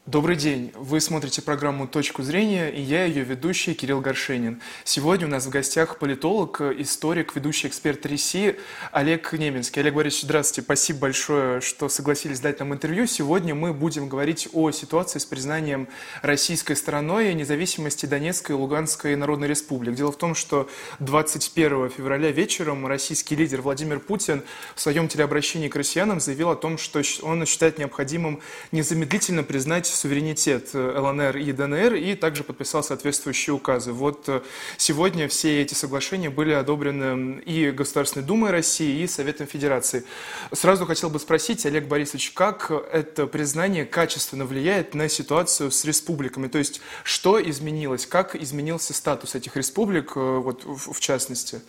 Добрый день! Вы смотрите программу «Точку зрения» и я ее ведущий Кирилл Горшенин. Сегодня у нас в гостях политолог, историк, ведущий эксперт России Олег Неменский. Олег Борисович, здравствуйте. Спасибо большое, что согласились дать нам интервью. Сегодня мы будем говорить о ситуации с признанием российской стороной независимости Донецкой и Луганской Народной Республик. Дело в том, что 21 февраля вечером российский лидер Владимир Путин в своем телеобращении к россиянам заявил о том, что он считает необходимым незамедлительно признать суверенитет ЛНР и ДНР и также подписал соответствующие указы. Вот сегодня все эти соглашения были одобрены и Государственной Думой России, и Советом Федерации. Сразу хотел бы спросить, Олег Борисович, как это признание качественно влияет на ситуацию с республиками? То есть, что изменилось? Как изменился статус этих республик, вот, в частности?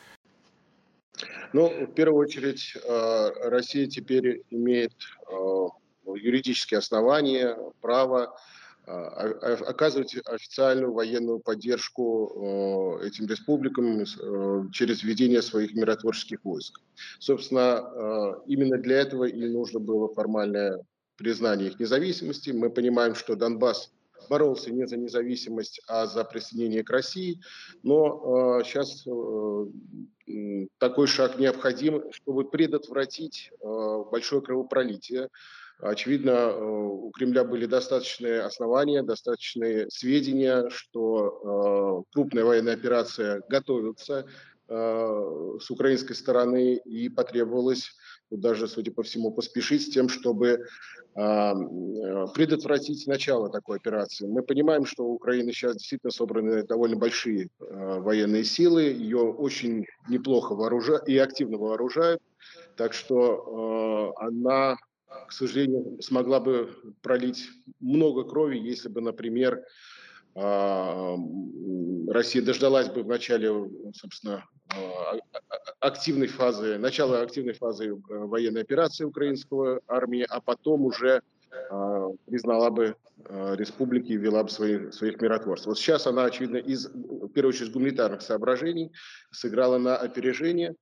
Ну, в первую очередь, Россия теперь имеет юридические основания, право оказывать официальную военную поддержку этим республикам через введение своих миротворческих войск. Собственно, именно для этого и нужно было формальное признание их независимости. Мы понимаем, что Донбасс боролся не за независимость, а за присоединение к России. Но сейчас такой шаг необходим, чтобы предотвратить большое кровопролитие. Очевидно, у Кремля были достаточные основания, достаточные сведения, что крупная военная операция готовится с украинской стороны, и потребовалось даже, судя по всему, поспешить с тем, чтобы предотвратить начало такой операции. Мы понимаем, что у Украины сейчас действительно собраны довольно большие военные силы, ее очень неплохо вооружают и активно вооружают, так что она, к сожалению, смогла бы пролить много крови, если бы, например, Россия дождалась бы в начале, собственно, начала активной фазы военной операции украинской армии, а потом уже признала бы республики и вела бы своих миротворцев. Вот сейчас она, очевидно, в первую очередь, из гуманитарных соображений сыграла на опережение.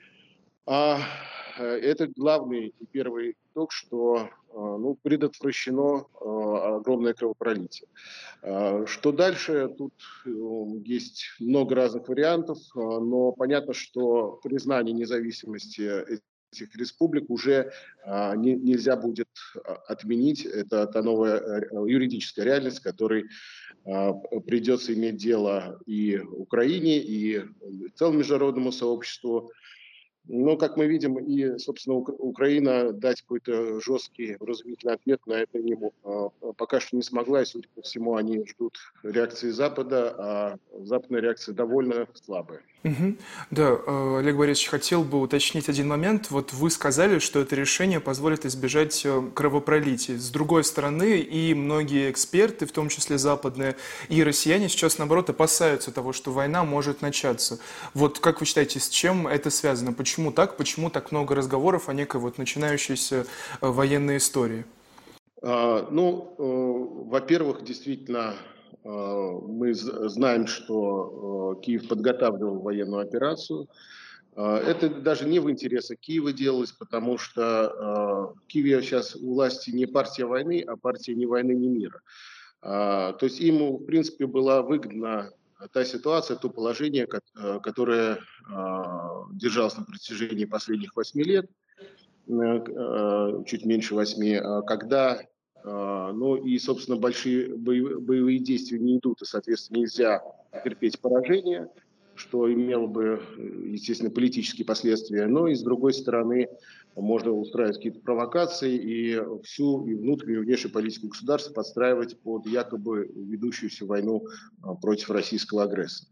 Это главный и первый итог, что предотвращено огромное кровопролитие. Что дальше? Тут есть много разных вариантов, но понятно, что признание независимости этих республик уже нельзя будет отменить. Это та новая юридическая реальность, с которой придется иметь дело и Украине, и целому международному сообществу. Но, как мы видим, и, собственно, Украина дать какой-то жесткий, вразумительный ответ на это пока что не смогла, и, судя по всему, они ждут реакции Запада, а западная реакция довольно слабая. Мгм. Да, Олег Борисович, хотел бы уточнить один момент. Вот вы сказали, что это решение позволит избежать кровопролития. С другой стороны, и многие эксперты, в том числе западные, и россияне сейчас, наоборот, опасаются того, что война может начаться. Вот как вы считаете, с чем это связано? Почему так? Почему так много разговоров о некой вот начинающейся военной истории? Во-первых, действительно, мы знаем, что Киев подготавливал военную операцию. Это даже не в интересах Киева делалось, потому что в Киеве сейчас у власти не партия войны, а партия ни войны, ни мира. То есть ему, в принципе, была выгодна та ситуация, то положение, которое держалось на протяжении последних 8 лет, чуть меньше 8, когда, собственно, большие боевые действия не идут, и, соответственно, нельзя терпеть поражение, что имело бы, естественно, политические последствия, но и, с другой стороны, можно устраивать какие-то провокации и всю и внутреннюю, и внешнюю политику государства подстраивать под якобы ведущуюся войну против российского агрессора.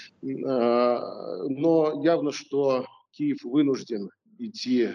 Но явно, что Киев вынужден идти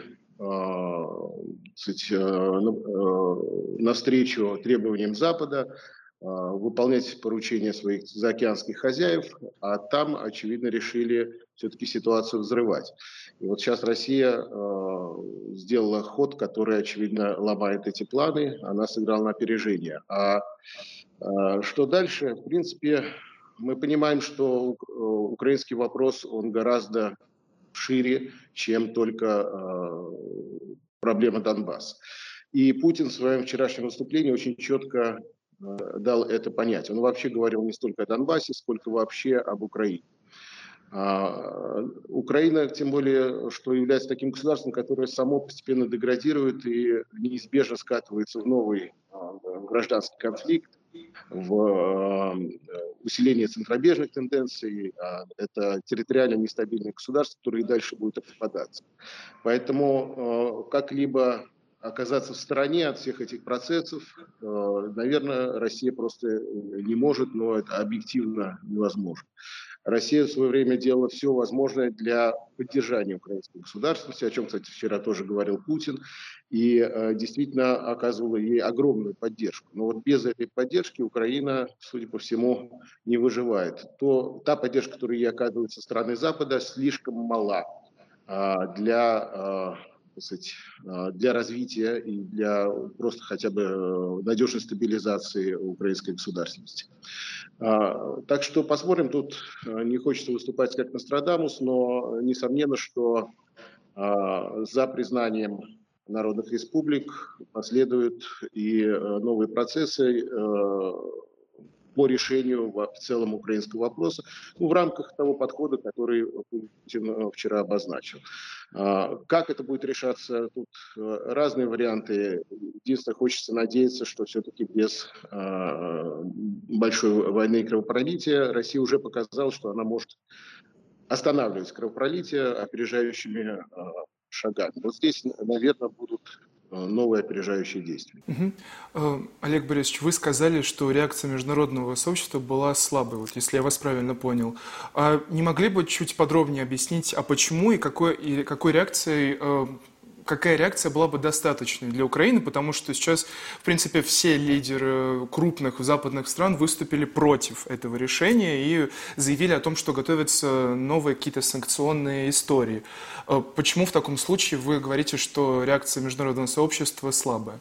навстречу требованиям Запада, выполнять поручения своих заокеанских хозяев, а там, очевидно, решили все-таки ситуацию взрывать. И вот сейчас Россия сделала ход, который, очевидно, ломает эти планы, она сыграла на опережение. Что дальше? В принципе, мы понимаем, что украинский вопрос, он гораздо шире, чем только проблема Донбасса. И Путин в своем вчерашнем выступлении очень четко дал это понять. Он вообще говорил не столько о Донбассе, сколько вообще об Украине. Украина, тем более, что является таким государством, которое само постепенно деградирует и неизбежно скатывается в новый гражданский конфликт, в усиление центробежных тенденций. Это территориально нестабильное государство, которое и дальше будет распадаться. Поэтому как-либо оказаться в стороне от всех этих процессов, наверное, Россия просто не может, но это объективно невозможно. Россия в свое время делала все возможное для поддержания украинской государственности, о чем, кстати, вчера тоже говорил Путин, и действительно оказывала ей огромную поддержку. Но вот без этой поддержки Украина, судя по всему, не выживает. Та поддержка, которая ей оказывается со стороны Запада, слишком мала для так сказать, для развития и для просто хотя бы надежной стабилизации украинской государственности. Так что посмотрим, тут не хочется выступать как Нострадамус, но несомненно, что за признанием народных республик последуют и новые процессы по решению в целом украинского вопроса, в рамках того подхода, который Путин вчера обозначил. Как это будет решаться, тут разные варианты. Единственное, хочется надеяться, что все-таки без большой войны и кровопролития Россия уже показала, что она может останавливать кровопролитие опережающими шагами. Вот здесь, наверное, будут новые опережающие действия. Олег Борисович, вы сказали, что реакция международного сообщества была слабой, вот если я вас правильно понял. А не могли бы чуть подробнее объяснить, а почему и какой реакцией, какая реакция была бы достаточной для Украины, потому что сейчас, в принципе, все лидеры крупных западных стран выступили против этого решения и заявили о том, что готовятся новые какие-то санкционные истории. Почему в таком случае вы говорите, что реакция международного сообщества слабая?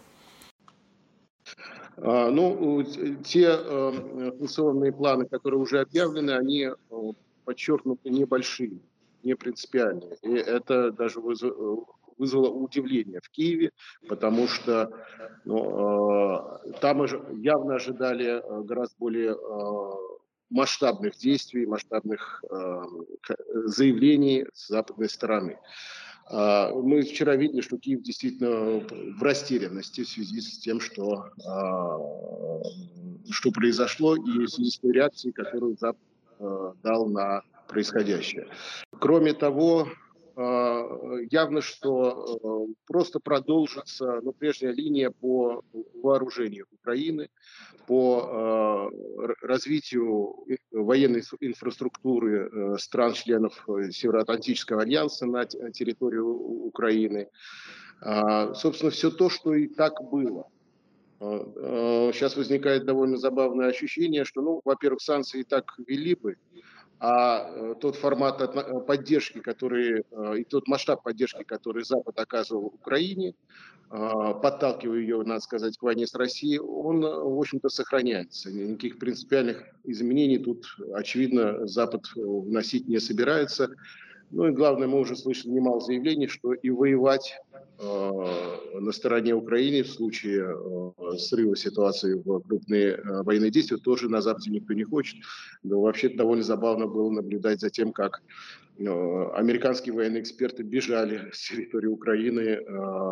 Те санкционные планы, которые уже объявлены, они подчеркнуты небольшие, не принципиальные. И это даже вызвало удивление в Киеве, потому что там явно ожидали гораздо более масштабных действий, масштабных заявлений с западной стороны. Мы вчера видели, что Киев действительно в растерянности в связи с тем, что произошло, и в связи с той реакцией, которую Запад дал на происходящее. Кроме того, явно, что просто продолжится прежняя линия по вооружению Украины, по развитию военной инфраструктуры стран-членов Североатлантического альянса на территории Украины. Собственно, все то, что и так было. Сейчас возникает довольно забавное ощущение, что, во-первых, санкции и так ввели бы, а тот формат поддержки, и тот масштаб поддержки, который Запад оказывал Украине, подталкивая ее, надо сказать, к войне с Россией, он, в общем-то, сохраняется. Никаких принципиальных изменений тут, очевидно, Запад вносить не собирается. И главное, мы уже слышали немало заявлений, что и воевать на стороне Украины в случае срыва ситуации в крупные военные действия тоже на Западе никто не хочет. Но вообще довольно забавно было наблюдать за тем, как американские военные эксперты бежали с территории Украины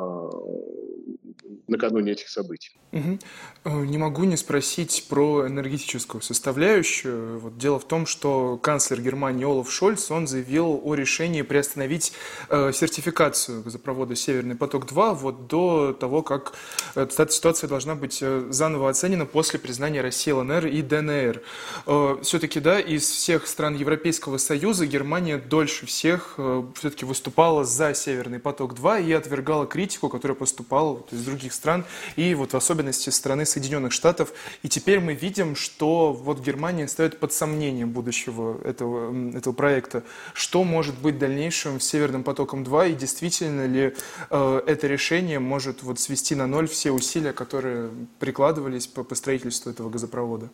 накануне этих событий. Не могу не спросить про энергетическую составляющую. Дело в том, что канцлер Германии Олаф Шольц, он заявил о решении приостановить сертификацию газопровода «Северный поток-2» до того, как эта ситуация должна быть заново оценена после признания России ЛНР и ДНР. Все-таки, да, из всех стран Европейского Союза Германия дольше всех все-таки выступала за «Северный поток-2» и отвергала критику, которая поступала из других стран, и в особенности страны Соединенных Штатов. И теперь мы видим, что Германия ставит под сомнение будущего этого проекта. Что может быть в дальнейшем с Северным потоком-2, и действительно ли это решение может свести на ноль все усилия, которые прикладывались по строительству этого газопровода?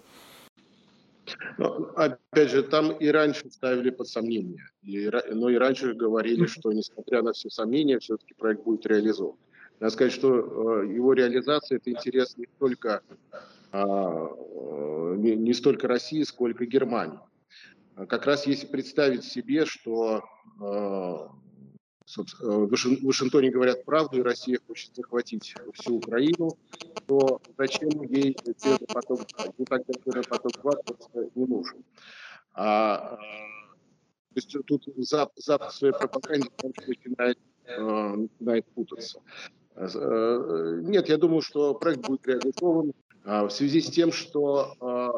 Опять же, там и раньше ставили под сомнение. Но и раньше говорили, что, несмотря на все сомнения, все-таки проект будет реализован. Надо сказать, что его реализация – это интерес не столько России, сколько Германии. Как раз если представить себе, что в Вашингтоне говорят правду, и Россия хочет захватить всю Украину, то зачем ей Северный поток-2? Ей тогда Северный поток-2 просто не нужен. То есть тут Запад в своей пропаганде начинает путаться. Нет, я думаю, что проект будет реализован в связи с тем, что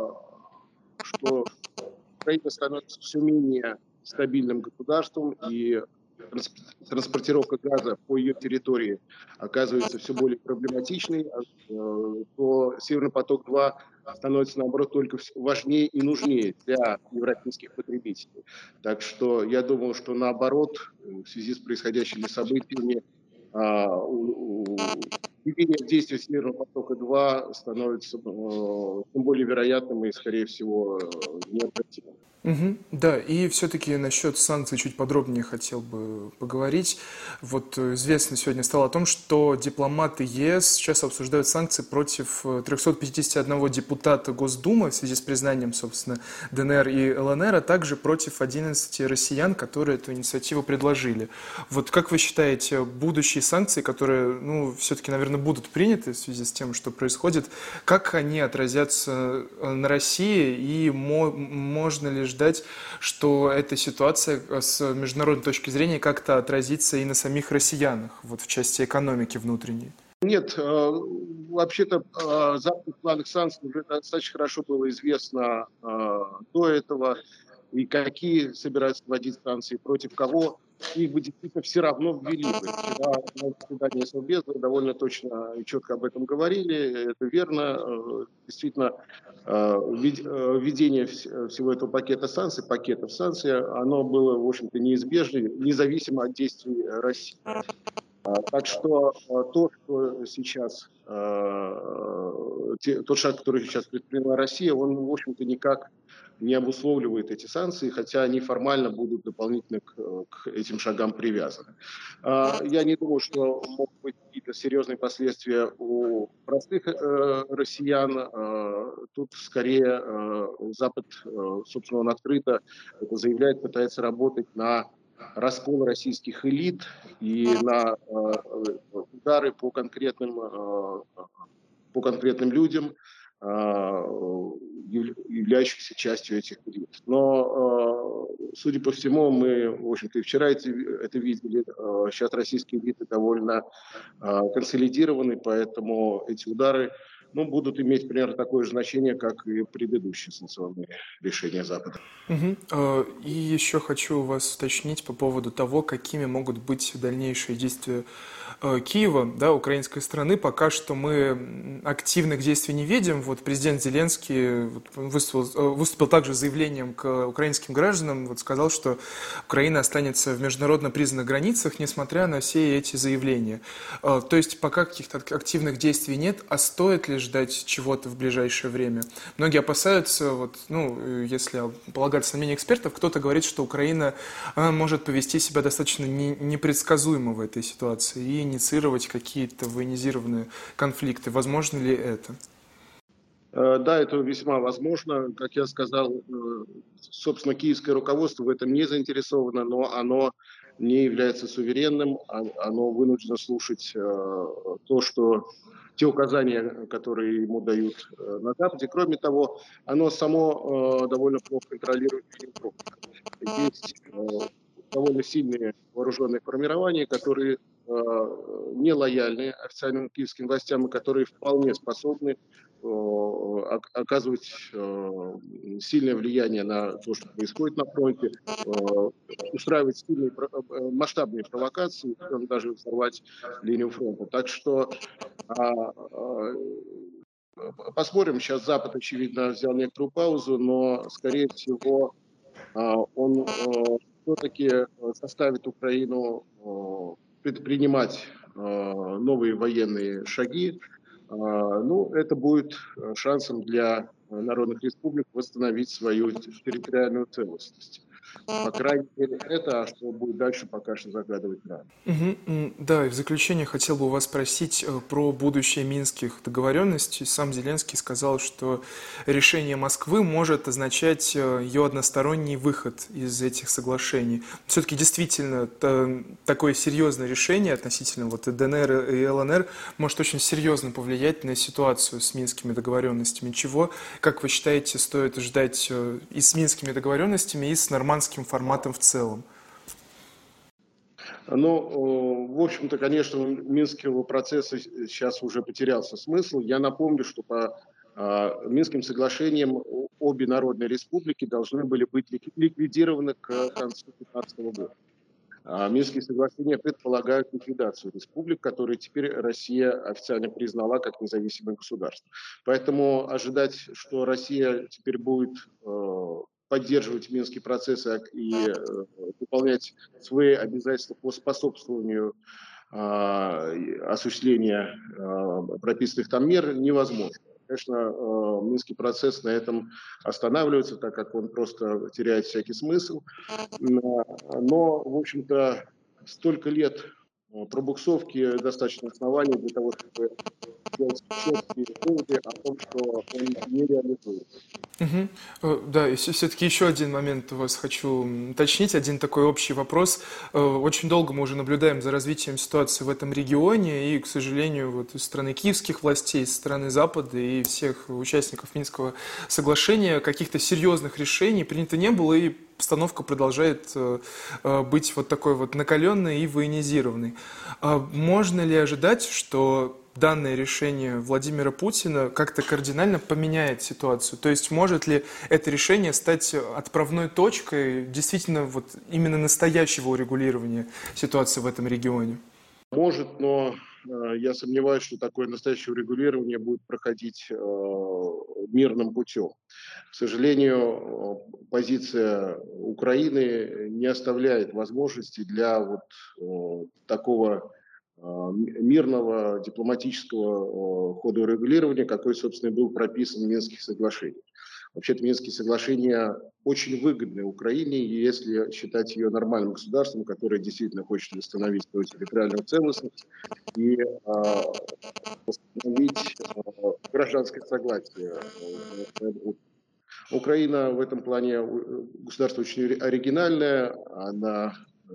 Украина становится все менее стабильным государством, и транспортировка газа по ее территории оказывается все более проблематичной, то «Северный поток-2» становится, наоборот, только важнее и нужнее для европейских потребителей. Так что я думаю, что, наоборот, в связи с происходящими событиями, введение в действие «Северного потока-2» становится тем более вероятным и, скорее всего, необратимым. Да, и все-таки насчет санкций чуть подробнее хотел бы поговорить. Вот известно сегодня стало о том, что дипломаты ЕС сейчас обсуждают санкции против 351 депутата Госдумы в связи с признанием, собственно, ДНР и ЛНР, а также против 11 россиян, которые эту инициативу предложили. Вот как вы считаете, будущие санкции, которые, все-таки, наверное, будут приняты в связи с тем, что происходит, как они отразятся на России, и можно ли ждать, что эта ситуация с международной точки зрения как-то отразится и на самих россиянах, вот в части экономики внутренней? Нет, вообще-то западных планах санкций уже достаточно хорошо было известно до этого, и какие собираются вводить санкции, против кого. Их бы действительно все равно ввели бы. Вчера на заседании Совбеза довольно точно и четко об этом говорили. Это верно. Действительно, введение всего этого пакетов санкций, оно было, в общем-то, неизбежно, независимо от действий России. Так что то, что сейчас, тот шаг, который сейчас предприняла Россия, он, в общем-то, никак не обусловливает эти санкции, хотя они формально будут дополнительно к этим шагам привязаны. Я не думаю, что могут быть какие-то серьезные последствия у простых россиян. Тут скорее Запад, собственно, он открыто это заявляет, пытается работать на раскол российских элит и на удары по конкретным людям, являющихся частью этих элит. Но, судя по всему, мы, в общем-то, и вчера это видели, сейчас российские элиты довольно консолидированы, поэтому эти удары будут иметь примерно такое же значение, как и предыдущие санкционные решения Запада. И еще хочу вас уточнить по поводу того, какими могут быть дальнейшие действия Киева, да, украинской страны. Пока что мы активных действий не видим. Вот президент Зеленский выступил также с заявлением к украинским гражданам, сказал, что Украина останется в международно признанных границах, несмотря на все эти заявления. То есть пока каких-то активных действий нет, а стоит ли ждать чего-то в ближайшее время? Многие опасаются, если полагаться на мнение экспертов, кто-то говорит, что Украина может повести себя достаточно непредсказуемо в этой ситуации и инициировать какие-то военизированные конфликты. Возможно ли это? Да, это весьма возможно. Как я сказал, собственно, киевское руководство в этом не заинтересовано, но оно не является суверенным, оно вынуждено слушать те указания, которые ему дают на Западе. Кроме того, оно само довольно плохо контролирует линию фронта. Есть довольно сильные вооруженные формирования, которые не лояльны официальным киевским властям и которые вполне способны оказывать сильное влияние на то, что происходит на фронте, устраивать сильные масштабные провокации, даже взорвать линию фронта. Так что посмотрим. Сейчас Запад, очевидно, взял некоторую паузу, но, скорее всего, он все-таки заставит Украину предпринимать новые военные шаги. Это будет шансом для народных республик восстановить свою территориальную целостность. По крайней мере, это, а что будет дальше, пока что загадывать рано. Да, и в заключение хотел бы у вас спросить про будущее минских договоренностей. Сам Зеленский сказал, что решение Москвы может означать ее односторонний выход из этих соглашений. Все-таки действительно такое серьезное решение относительно вот и ДНР и ЛНР может очень серьезно повлиять на ситуацию с минскими договоренностями. Чего, как вы считаете, стоит ждать и с минскими договоренностями, и с нормандским форматом в целом? Ну, в общем-то, конечно, у Минского процесса сейчас уже потерялся смысл. Я напомню, что по Минским соглашениям обе народные республики должны были быть ликвидированы к концу 2015 года. Минские соглашения предполагают ликвидацию республик, которые теперь Россия официально признала как независимые государства. Поэтому ожидать, что Россия теперь будет поддерживать Минский процесс и выполнять свои обязательства по способствованию осуществления прописанных там мер невозможно. Конечно, Минский процесс на этом останавливается, так как он просто теряет всякий смысл. Но, в общем-то, столько лет пробуксовки достаточно оснований для того, чтобы сделать четкие выводы о том, что он не реализуется. Да, и все-таки еще один момент у вас хочу уточнить, один такой общий вопрос. Очень долго мы уже наблюдаем за развитием ситуации в этом регионе, и, к сожалению, вот из стороны киевских властей, из стороны Запада и всех участников Минского соглашения каких-то серьезных решений принято не было, и обстановка продолжает быть вот такой вот накаленной и военизированной. Можно ли ожидать, что данное решение Владимира Путина как-то кардинально поменяет ситуацию? То есть может ли это решение стать отправной точкой действительно вот именно настоящего урегулирования ситуации в этом регионе? Может, но я сомневаюсь, что такое настоящее урегулирование будет проходить мирным путем. К сожалению, позиция Украины не оставляет возможности для вот такого мирного дипломатического хода урегулирования, какой, собственно, был прописан в Минских соглашениях. Вообще-то Минские соглашения очень выгодны Украине, если считать ее нормальным государством, которое действительно хочет восстановить свою территориальную целостность и восстановить гражданское согласие. Украина в этом плане государство очень оригинальное, она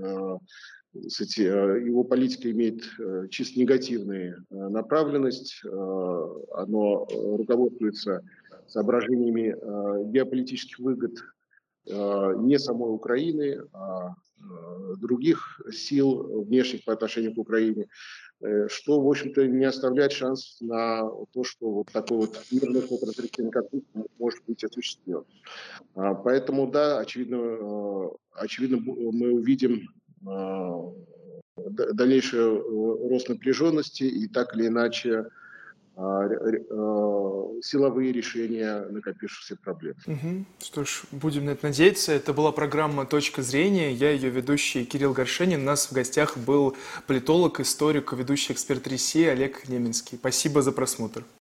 его политика имеет чисто негативную направленность, оно руководствуется соображениями геополитических выгод не самой Украины, а других сил внешних по отношению к Украине, что, в общем-то, не оставляет шанс на то, что вот такой вот мирный ход разрешения конфликта может быть осуществлен. Поэтому, да, очевидно, мы увидим дальнейший рост напряженности и так или иначе силовые решения накопившихся проблем. Что ж, будем на это надеяться. Это была программа «Точка зрения». Я ее ведущий Кирилл Горшенин. У нас в гостях был политолог, историк, ведущий эксперт РИСИ Олег Неменский. Спасибо за просмотр.